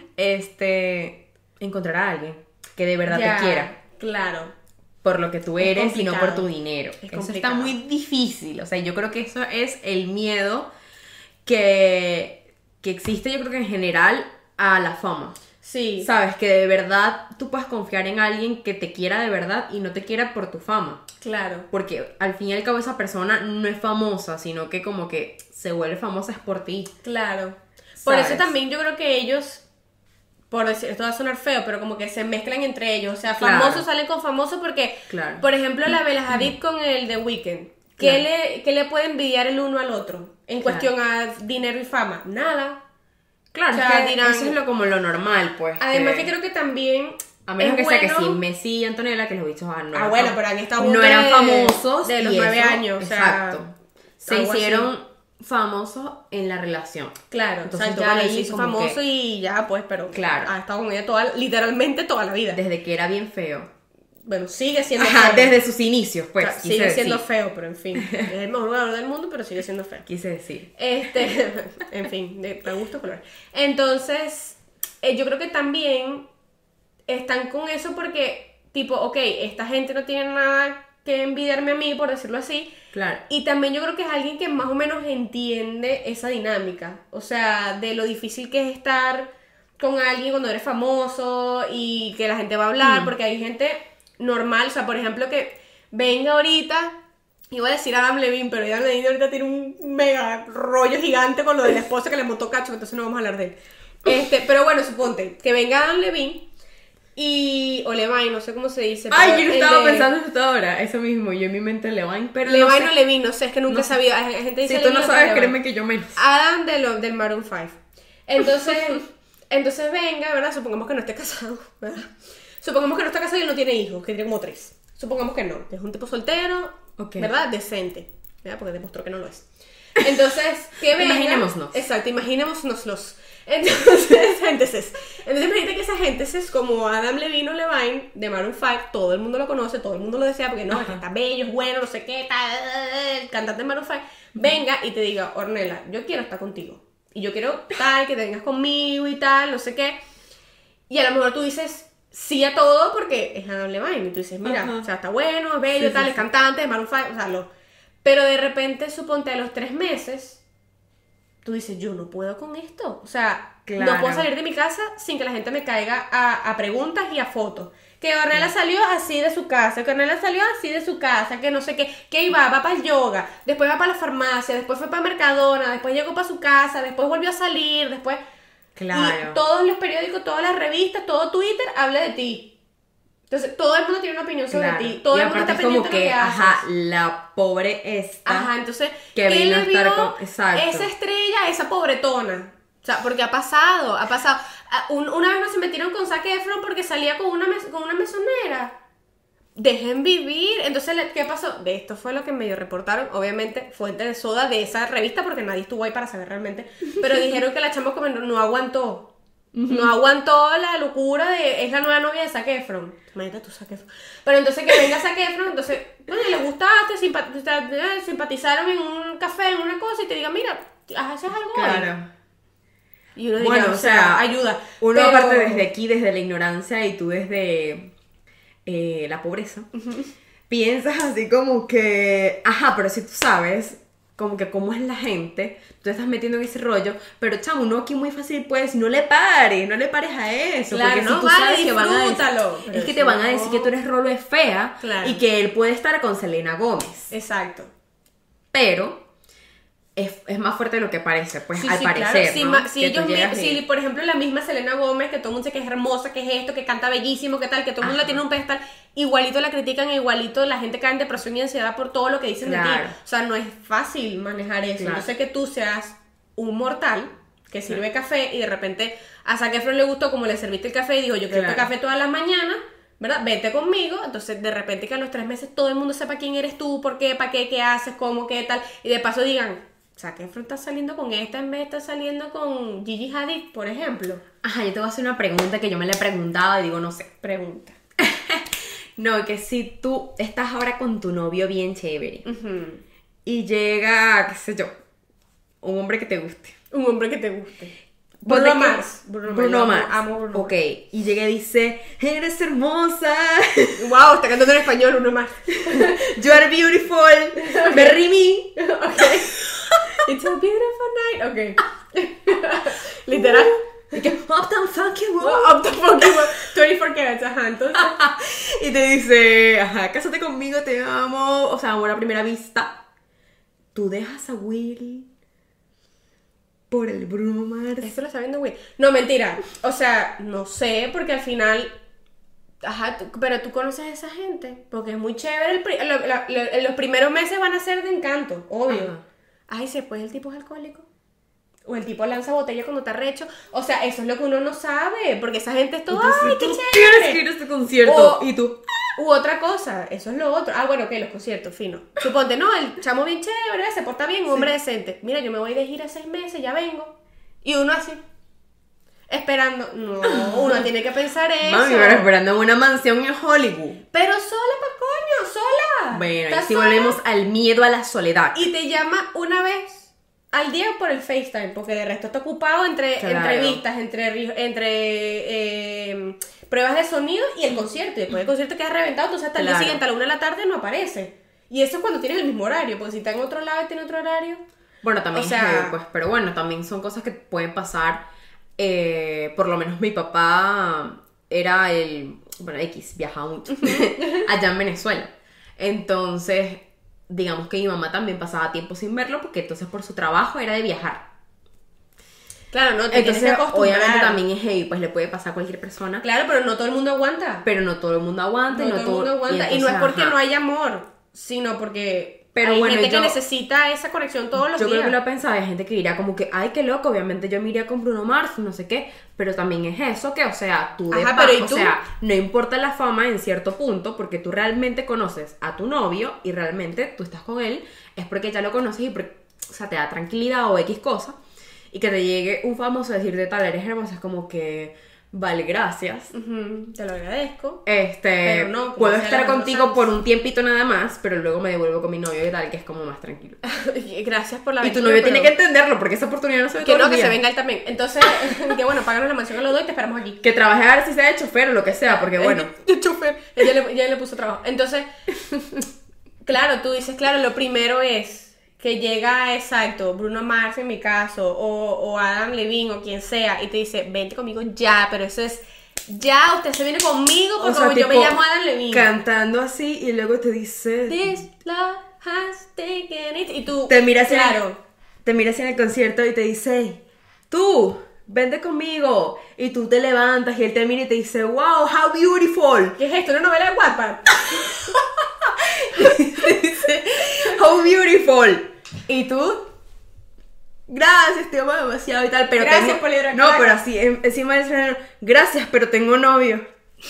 este, encontrar a alguien que de verdad Ya, te quiera. Claro. Por lo que tú eres y no por complicado. tu dinero. Es Eso está complicado. muy difícil. O sea, yo creo que eso es el miedo que, que existe, yo creo que en general, a la fama. Sí, Sabes, que de verdad tú puedes confiar en alguien que te quiera de verdad y no te quiera por tu fama. claro. Porque al fin y al cabo esa persona no es famosa, sino que como que se vuelve famosa es por ti. Claro. Por ¿Sabes? eso también yo creo que ellos, por decir, esto va a sonar feo, pero como que se mezclan entre ellos. O sea, Claro. famosos salen con famosos porque, Claro. por ejemplo, la Bella Hadid con el The Weeknd. ¿Qué, Claro. le, ¿Qué le puede envidiar el uno al otro? En Claro. cuestión a dinero y fama. Nada. Claro, O sea, es que dirán- eso es lo, como lo normal, pues. Además que creo que también A menos es que sea que bueno- sí, Messi y Antonella, que los bichos ah, no Ah, eran bueno, fam- pero han estado no juntos eran de- famosos. de los y nueve eso- años, o sea, exacto. Se algo así. hicieron famosos en la relación. Claro, Entonces, o sea, tú ya con él él se hizo como famoso que- y ya, pues, pero Claro. ha estado con ella toda, literalmente toda la vida. Desde que era bien feo. Bueno, sigue siendo Ajá, feo. desde sus inicios, pues. O sea, quise sigue siendo decir. feo, pero en fin. Es el mejor jugador del mundo, pero sigue siendo feo. Quise decir. Este, en fin, de, de gusto color. Entonces, eh, yo creo que también están con eso porque, tipo, ok, esta gente no tiene nada que envidiarme a mí, por decirlo así. Claro. Y también yo creo que es alguien que más o menos entiende esa dinámica. O sea, de lo difícil que es estar con alguien cuando eres famoso y que la gente va a hablar, Mm. porque hay gente normal, o sea, por ejemplo, que venga ahorita Iba a decir Adam Levine, pero Adam Levine ahorita tiene un mega rollo gigante con lo de la esposa que le montó cacho, entonces no vamos a hablar de él. Este, pero bueno, suponte que venga Adam Levine y... o Levine, no sé cómo se dice. Ay, yo no estaba de, pensando en esto ahora, eso mismo, yo en mi mente Levine, pero Levine no sé. o Levine, no sé, es que nunca No he sabido. Hay gente dice Si tú no Levine, sabes, Levine. créeme que yo menos. Adam de lo, del Maroon cinco. Entonces, entonces venga, ¿verdad? Supongamos que no esté casado, ¿verdad? Supongamos que no está casado y él no tiene hijos, que tiene como tres. Supongamos que no, que es un tipo soltero, Ok. ¿verdad? Decente, ¿verdad? Porque demostró que no lo es. Entonces, que venga... Imaginémonos. Exacto, imaginémonos. Entonces, entonces, entonces imagínate que esa gente es como Adam Levine o Levine de Maroon cinco, todo el mundo lo conoce, todo el mundo lo desea, porque no, es que está bello, es bueno, no sé qué, tal, el cantante de Maroon cinco, venga y te diga, Ornella, yo quiero estar contigo, y yo quiero tal, que te vengas conmigo y tal, no sé qué, y a lo mejor tú dices sí a todo porque es Adam Levine, y tú dices, mira, Ajá. o sea, está bueno, es bello, Sí, tal, sí, es sí. cantante de Maroon cinco, o sea, lo... pero de repente, suponte a los tres meses, tú dices, yo no puedo con esto. O sea, Claro. no puedo salir de mi casa sin que la gente me caiga a, a preguntas y a fotos. Que Ornella salió así de su casa, que Ornella salió así de su casa, que no sé qué, que iba, va para el yoga, después va para la farmacia, después fue para Mercadona, después llegó para su casa, después volvió a salir, después... Claro. Y todos los periódicos, todas las revistas, todo Twitter habla de ti. Entonces, todo el mundo tiene una opinión sobre Claro. ti, todo y el mundo aparte está es como pendiente de que, lo que haces. ajá, la pobre esta. Ajá, entonces, que ¿qué vino a le estar vio con- exacto. esa estrella, esa pobretona? O sea, porque ha pasado, ha pasado. Ah, un- una vez nos se metieron con Zac Efron porque salía con una, mes- con una mesonera. Dejen vivir. Entonces, le- ¿qué pasó? De esto fue lo que medio reportaron. Obviamente, fuente de soda de esa revista porque nadie estuvo ahí para saber realmente. Pero dijeron que la chama como no, no aguantó. No aguantó la locura de... Es la nueva novia de Zac Efron. Imagínate tú, Zac Efron. Pero entonces que venga Zac Efron, entonces... Bueno, le gustaste, simpa- eh, simpatizaron en un café, en una cosa, y te digan, mira, haces algo hoy. Claro. Y uno diría, Bueno, o sea, ayuda. Uno Pero- aparte desde aquí, desde la ignorancia, y tú desde eh, la pobreza, piensas así como que, ajá, pero si tú sabes como que cómo es la gente, tú te estás metiendo en ese rollo, pero chamo, uno aquí muy fácil pues, no le pares, no le pares a eso, Claro, porque no, si tú vale, sabes que van a decir, disfrútalo. Pero es que si te van a no- decir que tú eres Rolo es fea, Claro. y que él puede estar con Selena Gómez, Exacto. pero es, es más fuerte de lo que parece, pues Sí, al sí, parecer, claro. Si, ¿no? ma- si Que tú ellos mi- llegas y- si, por ejemplo, la misma Selena Gómez, que todo el mundo dice que es hermosa, que es esto, que canta bellísimo, que tal, que todo el mundo la Ajá. tiene en un pedestal, igualito la critican, e igualito la gente cae en depresión y ansiedad por todo lo que dicen de Claro. ti. O sea, no es fácil manejar eso. Claro. Yo sé que tú seas un mortal que sirve café y de repente a Zac Efron le gustó como le serviste el café y dijo, yo quiero Claro. este café todas las mañanas, ¿verdad? Vete conmigo. Entonces, de repente que a los tres meses todo el mundo sepa quién eres tú, por qué, para qué, qué haces, cómo, qué tal. Y de paso digan, Zac Efron está saliendo con esta en vez de estar saliendo con Gigi Hadid, por ejemplo. Ajá, yo te voy a hacer una pregunta que yo me la he preguntado y digo, no sé. Pregunta. No, que si tú estás ahora con tu novio bien chévere Ujú. y llega, qué sé yo, un hombre que te guste. Un hombre que te guste. Ponte Bruno que- Mars. Bruno, Mars. Yo amo- Mars. Amo Bruno Ok, y llega y dice, eres hermosa, Mars. Wow, está cantando en español Bruno Mars. you are beautiful, marry me. Ok. It's a beautiful night. Ok. Literal. Y que, Uptown Funky Road. Up the fucking world. veinticuatro carats, ajá, entonces. Y te dice, ajá, cásate conmigo, te amo. O sea, amor a primera vista. Tú dejas a Will por el Bruno Mars. Esto lo está viendo Will. No, mentira. O sea, no sé, porque al final. Ajá, tú- pero tú conoces a esa gente. Porque es muy chévere. El pri- lo- lo- lo- los primeros meses van a ser de encanto, obvio. Ajá. Ay, si después el tipo es alcohólico. O el tipo lanza botella cuando está recho. O sea, eso es lo que uno no sabe. Porque esa gente es todo. ¡Ay, qué tú chévere! tienes que ir a este concierto. O- Y tú, U otra cosa, eso es lo otro. Ah, bueno, que los conciertos, fino. Suponte, no, el chamo bien chévere, se porta bien, un hombre decente. Mira, yo me voy de gira seis meses, ya vengo. Y uno así, esperando. No, uno tiene que pensar eso. mami, pero esperando en una mansión en Hollywood. Pero sola, pa' coño, sola. Bueno, y Estás si sola. volvemos al miedo a la soledad. Y te llama una vez al día por el FaceTime, porque de resto está ocupado entre Claro. entrevistas, entre, ri- entre eh, pruebas de sonido y el concierto. Y después del concierto queda reventado, entonces hasta el día Claro. siguiente a la una de la tarde no aparece. Y eso es cuando tienes el mismo horario, porque si está en otro lado y tiene otro horario. Bueno, también, O sea- eh, pues, pero bueno, también son cosas que pueden pasar. eh, por lo menos mi papá era el, bueno, X, viajaba mucho allá en Venezuela. Entonces, digamos que mi mamá también pasaba tiempo sin verlo porque entonces por su trabajo era de viajar. Claro, no, te Entonces, tienes que acostumbrar. obviamente también es heavy, pues le puede pasar a cualquier persona. Claro, pero no todo el mundo aguanta. Pero no todo el mundo aguanta. No, y no todo el mundo aguanta. Y, entonces, no es porque ajá. no hay amor, sino porque Pero hay bueno, gente yo- que necesita esa conexión todos los Yo días. creo que lo pensaba, hay gente que dirá como que, ay, qué loco, obviamente yo me iría con Bruno Mars, no sé qué, pero también es eso que, o sea, tú de Ajá, pa- pero ¿y o tú? sea, no importa la fama en cierto punto, porque tú realmente conoces a tu novio y realmente tú estás con él, es porque ya lo conoces y, porque, o sea, te da tranquilidad o X cosa, y que te llegue un famoso a decirte tal, eres hermosa, es como que, vale, gracias. Ujú, te lo agradezco. Este, Pero no, como puedo sea estar las otras contigo fans. por un tiempito nada más, pero luego me devuelvo con mi novio y tal, que es como más tranquilo. Gracias por la Y tu aventura, novio pero- tiene que entenderlo, porque esa oportunidad no se ve Que todos no, los que se días. venga él también. Entonces, que bueno, páganos la mansión a los dos y te esperamos aquí. Que trabaje a ver si sea de chofer o lo que sea, porque bueno. El chofer. Ella le, ella le puso trabajo. Entonces, claro, tú dices, claro, lo primero es que llega, exacto, Bruno Mars en mi caso, o, o Adam Levine, o quien sea, y te dice, vente conmigo ya, pero eso es, ya, usted se viene conmigo, porque como yo me llamo Adam Levine. Cantando así y luego te dice. This love has taken it. Y tú, Te miras en claro. el, te miras en el concierto y te dice, tú, vente conmigo. Y tú te levantas y él te mira y te dice, wow, how beautiful. ¿Qué es esto? ¿Una novela de Wattpad? Dice, how beautiful. Y tú, gracias, te amo demasiado y tal, pero Gracias tengo- por ir a no, Caracas. pero así, en- encima del escenario, gracias, pero tengo novio.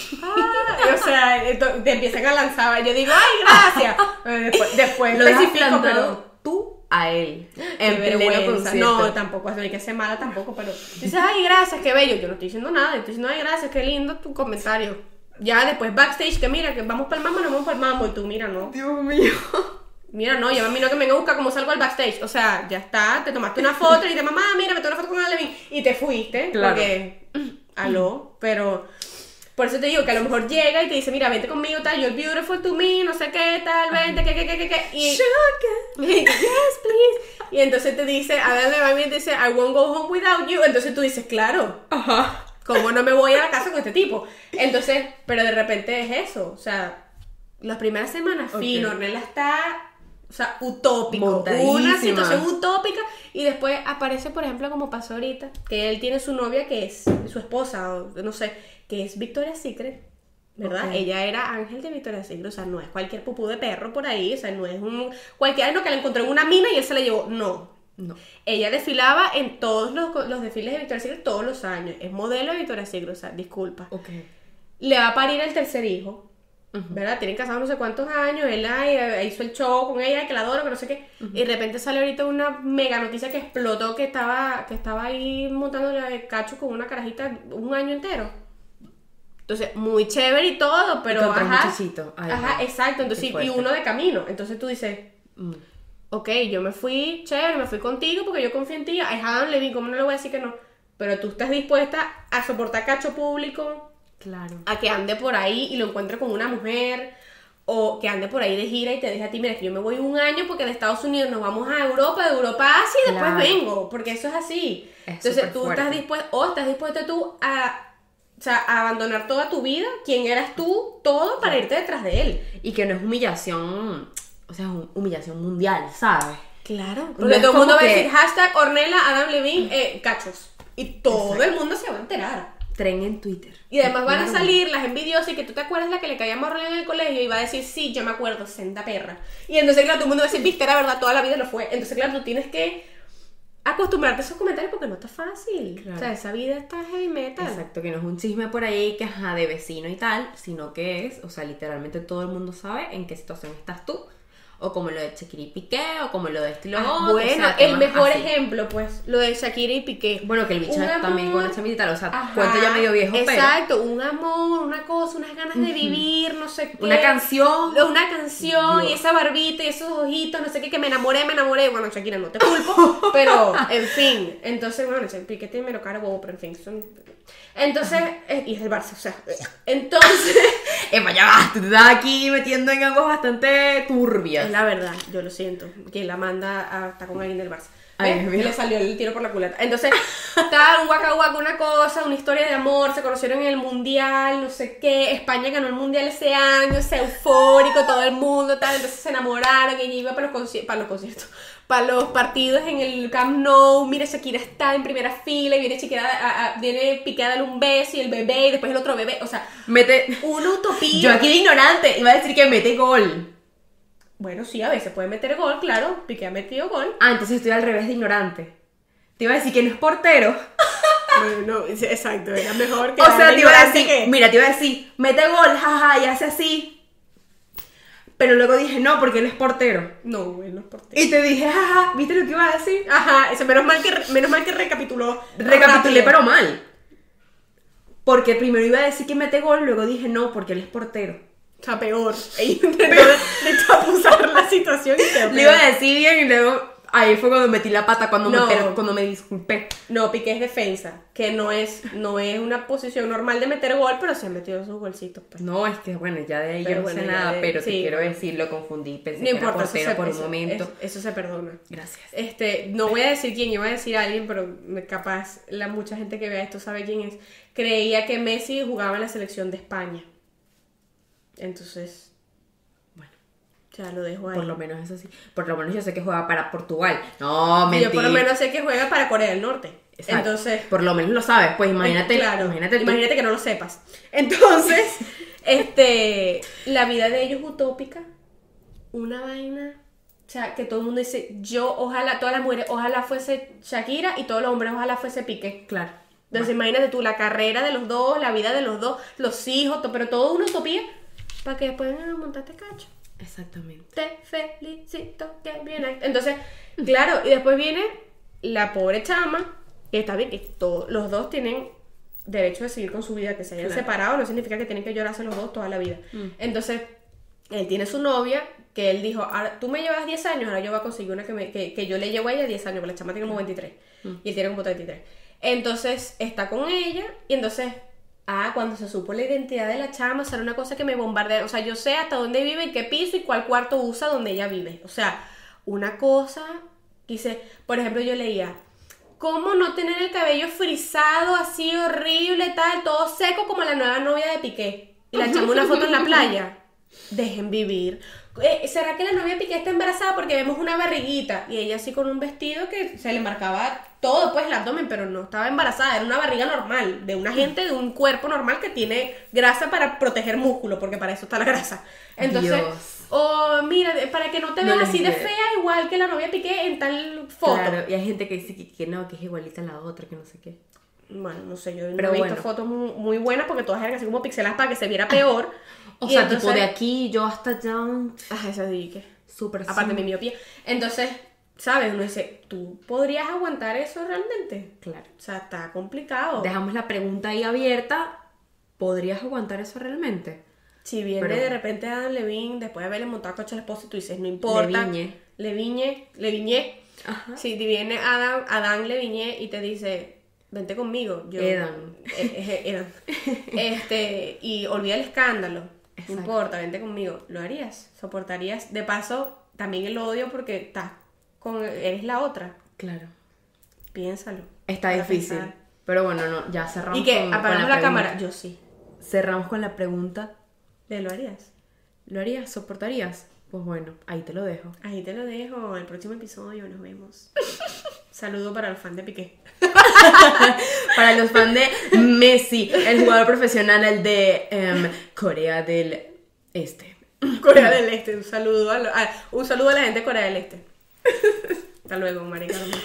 Ah, o sea, ento- te empiezan a lanzar. Yo digo, ay, gracias. Eh, Después, después Lo dejas especifico, plantado pero. tú a él. Qué En pleno vergüenza. concierto. No, tampoco, no hay que ser mala tampoco, pero dices, ay, gracias, qué bello. Yo no estoy diciendo nada, yo estoy diciendo, ay, gracias, qué lindo tu comentario. Ya después backstage, que mira, que vamos para el mambo, no vamos para el mambo. Y tú, mira, no. Dios mío. Mira, no, llama a mí no que me venga a buscar cómo salgo al backstage. O sea, ya está, te tomaste una foto y te mamá, mira, me tomé una foto con Adam Levine. Y te fuiste, Claro. porque, aló, pero. Por eso te digo que a lo mejor llega y te dice, mira, vente conmigo, tal, you're beautiful to me, no sé qué, tal, vente, que, que, que, que, que. Y, yes, please. Y entonces te dice, Adam Levine te dice, I won't go home without you. Entonces tú dices, claro, Ajá. ¿cómo no me voy a la casa con este tipo? Entonces, pero de repente es eso, o sea, las primeras semanas, Ok. fino, Ornella está, o sea, utópico, Montadísima. una situación utópica, y después aparece, por ejemplo, como pasó ahorita, que él tiene su novia que es su esposa, o no sé, que es Victoria's Secret, ¿verdad? Ok. Ella era Ángel de Victoria's Secret, o sea, no es cualquier pupú de perro por ahí, o sea, no es un cualquiera no que la encontró en una mina y él se la llevó, no. No. Ella desfilaba en todos los, los desfiles de Victoria's Secret todos los años. Es modelo de Victoria's Secret, o sea, disculpa. Ok. Le va a parir el tercer hijo, Ujú. ¿verdad? Tienen casados no sé cuántos años. Él ahí hizo el show con ella, que la adoro, que no sé qué. Y de repente sale ahorita una mega noticia que explotó, que estaba, que estaba ahí montándole cacho con una carajita un año entero. Entonces, muy chévere y todo, pero contra un ajá. muchachito. Ay, ajá, no. exacto. Qué Entonces, y fuerte. uno de camino. Entonces tú dices, Mm. ok, yo me fui, chévere, me fui contigo porque yo confío en ti. Es Adam Levine, ¿cómo no le voy a decir que no? Pero tú estás dispuesta a soportar cacho público, Claro. a que ande por ahí y lo encuentre con una mujer, o que ande por ahí de gira y te deje a ti, mira, que yo me voy un año porque de Estados Unidos nos vamos a Europa, de Europa a Asia y después Claro. vengo, porque eso es así. Es Entonces súper tú fuerte. estás dispuesta, o estás dispuesta tú a, o sea, a abandonar toda tu vida, quién eras tú, todo para irte detrás de él. Y que no es humillación, o sea, es un- humillación mundial, ¿sabes? Claro, No porque es todo el mundo como va a que- decir hashtag Ornella, Adam Levine, eh, cachos. Y todo Exacto. el mundo se va a enterar. Tren en Twitter. Y además van a Claro. salir las envidiosas y que tú te acuerdas la que le caía a Ornella en el colegio y va a decir, sí, yo me acuerdo, senda perra. Y entonces, claro, todo el mundo va a decir, viste, era verdad, toda la vida lo fue. Entonces, claro, tú tienes que acostumbrarte a esos comentarios porque no está fácil. Claro. O sea, esa vida está heavy metal. Exacto, que no es un chisme por ahí que ajá de vecino y tal, sino que es, o sea, literalmente todo el mundo sabe en qué situación estás tú, o como lo de Shakira y Piqué, o como lo de este y lo Ah, otro, bueno, o sea, el temas mejor así. ejemplo, pues, lo de Shakira y Piqué. Bueno, que el bicho Un también con amor. esta militar, o sea, Ajá, cuento ya medio viejo, exacto, un amor, una cosa, unas ganas de vivir, no sé qué. pero una canción. Una canción Dios. y esa barbita y esos ojitos, no sé qué, que me enamoré, me enamoré. Bueno, Shakira, no te culpo, pero en fin. Entonces, bueno, ese Piqué tiene mero cara bobo, pero en fin. Son... Entonces, eh, y es el Barça, o sea. Entonces, Epa, ya va, tú te estás aquí metiendo en aguas bastante turbias. es la verdad, yo lo siento, que la manda a estar con alguien del Barça. Ay, ¿ves? Dios mío. Y le salió el tiro por la culata. Entonces, estaba un guaca guaca, una cosa, una historia de amor, se conocieron en el mundial, no sé qué. España ganó el mundial ese año, ese eufórico, todo el mundo, tal. Entonces se enamoraron, ella iba para los, conci- para los conciertos, para los partidos en el Camp Nou. Mira, Shakira está en primera fila y viene Shakira, a, a, viene Piqué a darle un beso y el bebé y después el otro bebé. O sea, Mete. una utopía. Yo aquí de ignorante iba a decir que mete gol. Bueno, sí, a veces puede meter gol, claro. Piqué ha metido gol. Ah, entonces estoy al revés de ignorante. Te iba a decir que no es portero. No, no, exacto, era mejor que O sea, te iba a decir, que... mira, te iba a decir, mete gol, jaja, y hace así. Pero luego dije, no, porque él es portero. No, él no es portero. Y te dije, jaja, ¿viste lo que iba a decir? Ajá, eso, menos mal que, menos mal que recapituló. Recapitulé, rápido. pero mal. Porque primero iba a decir que mete gol, luego dije, no, porque él es portero. O sea, peor. Ella intentó de chapuzar la situación y quedó Le iba peor. a decir bien y luego ahí fue cuando metí la pata, cuando, No. me, cuando me disculpé. No, Piqué es defensa, que no es, no es una posición normal de meter gol, pero se ha metido sus golcitos. Pues. No, es que bueno, ya de ahí Pero yo no bueno, sé ya nada, de- pero sí. te quiero decir, lo confundí, pensé No que importa, era eso portero se, por un eso- momento. eso- eso se perdona. Gracias. Este, no voy a decir quién, yo voy a decir a alguien, pero me- capaz la mucha gente que vea esto sabe quién es. Creía que Messi jugaba en la selección de España. Entonces, Bueno, ya lo dejo ahí. por lo menos eso sí. Por lo menos yo sé que juega para Portugal. No, Y mentira. yo por lo menos sé que juega para Corea del Norte. Exacto. Entonces, Por lo menos lo sabes, pues imagínate. claro, imagínate, tú. imagínate que no lo sepas. Entonces, este, la vida de ellos es utópica, una vaina, o sea, que todo el mundo dice, yo ojalá, todas las mujeres, ojalá fuese Shakira y todos los hombres, ojalá fuese Piqué. Claro. Entonces, imagínate tú, la carrera de los dos, la vida de los dos, los hijos, to- pero todo una utopía, para que después vengan a montarte cacho. Exactamente. Te felicito, que bien act-". Entonces, claro, y después viene la pobre chama, que está bien, que to- los dos tienen derecho de seguir con su vida, que se hayan Claro. separado, no significa que tienen que llorarse los dos toda la vida. Entonces, él tiene su novia, que él dijo, ahora, tú me llevas diez años, ahora yo voy a conseguir una que, me, que, que yo le llevo a ella diez años, porque la chama tiene como veintitrés, y él tiene como treinta y tres. Entonces, está con ella, y entonces... Ah, cuando se supo la identidad de la chama, o sea, era una cosa que me bombardea. O sea, yo sé hasta dónde vive, en qué piso y cuál cuarto usa donde ella vive. O sea, una cosa, quise, por ejemplo, yo leía, ¿cómo no tener el cabello frisado así horrible, tal, todo seco como la nueva novia de Piqué? Y la chama una foto en la playa. Dejen vivir. Eh, ¿Será que la novia de Piqué está embarazada porque vemos una barriguita? Y ella así con un vestido que se le marcaba todo, pues el abdomen, pero no estaba embarazada, era una barriga normal, de una gente de un cuerpo normal que tiene grasa para proteger músculo, porque para eso está la grasa. Entonces, Dios. o mira, para que no te No veas les así de creo. fea, igual que la novia de Piqué en tal foto. Claro, y hay gente que dice que, que no, que es igualita a la otra, que no sé qué. Bueno, no sé, yo no Pero he visto bueno. fotos muy, muy buenas porque todas eran así como pixeladas para que se viera peor. O Y sea, entonces- tipo de aquí, yo hasta allá, Ajá, esa sí que... súper Aparte de sí. mi miopía. Entonces, ¿sabes? Uno dice, ¿tú podrías aguantar eso realmente? Claro. O sea, está complicado. Dejamos la pregunta ahí abierta. ¿Podrías aguantar eso realmente? Si viene Pero- de repente Adam Levine, después de haberle montado coche al esposo, y tú dices, no importa. Levigne. Levigne. Levigne. Ajá. Si viene Adam, Adam Levigne y te dice, vente conmigo. Yo, Edan. Eh, eh, Edan. Este, y olvida el escándalo. Exacto. No importa, vente conmigo. ¿Lo harías? ¿Soportarías? De paso, también el odio porque estás con, eres la otra. Claro. Piénsalo. Está Para difícil. pensar. Pero bueno, no, ya cerramos Y que con, apagamos con la, pregunta. cámara. Yo sí. Cerramos con la pregunta. ¿Le lo harías? ¿Lo harías? ¿Soportarías? Pues bueno, ahí te lo dejo. Ahí te lo dejo. El próximo episodio nos vemos. Saludo para el fan de Piqué. Para los fans de Messi, el jugador profesional, el de em, Corea del Este. Corea del Este. Un saludo a, lo- a- un saludo a la gente de Corea del Este. Hasta luego, marica.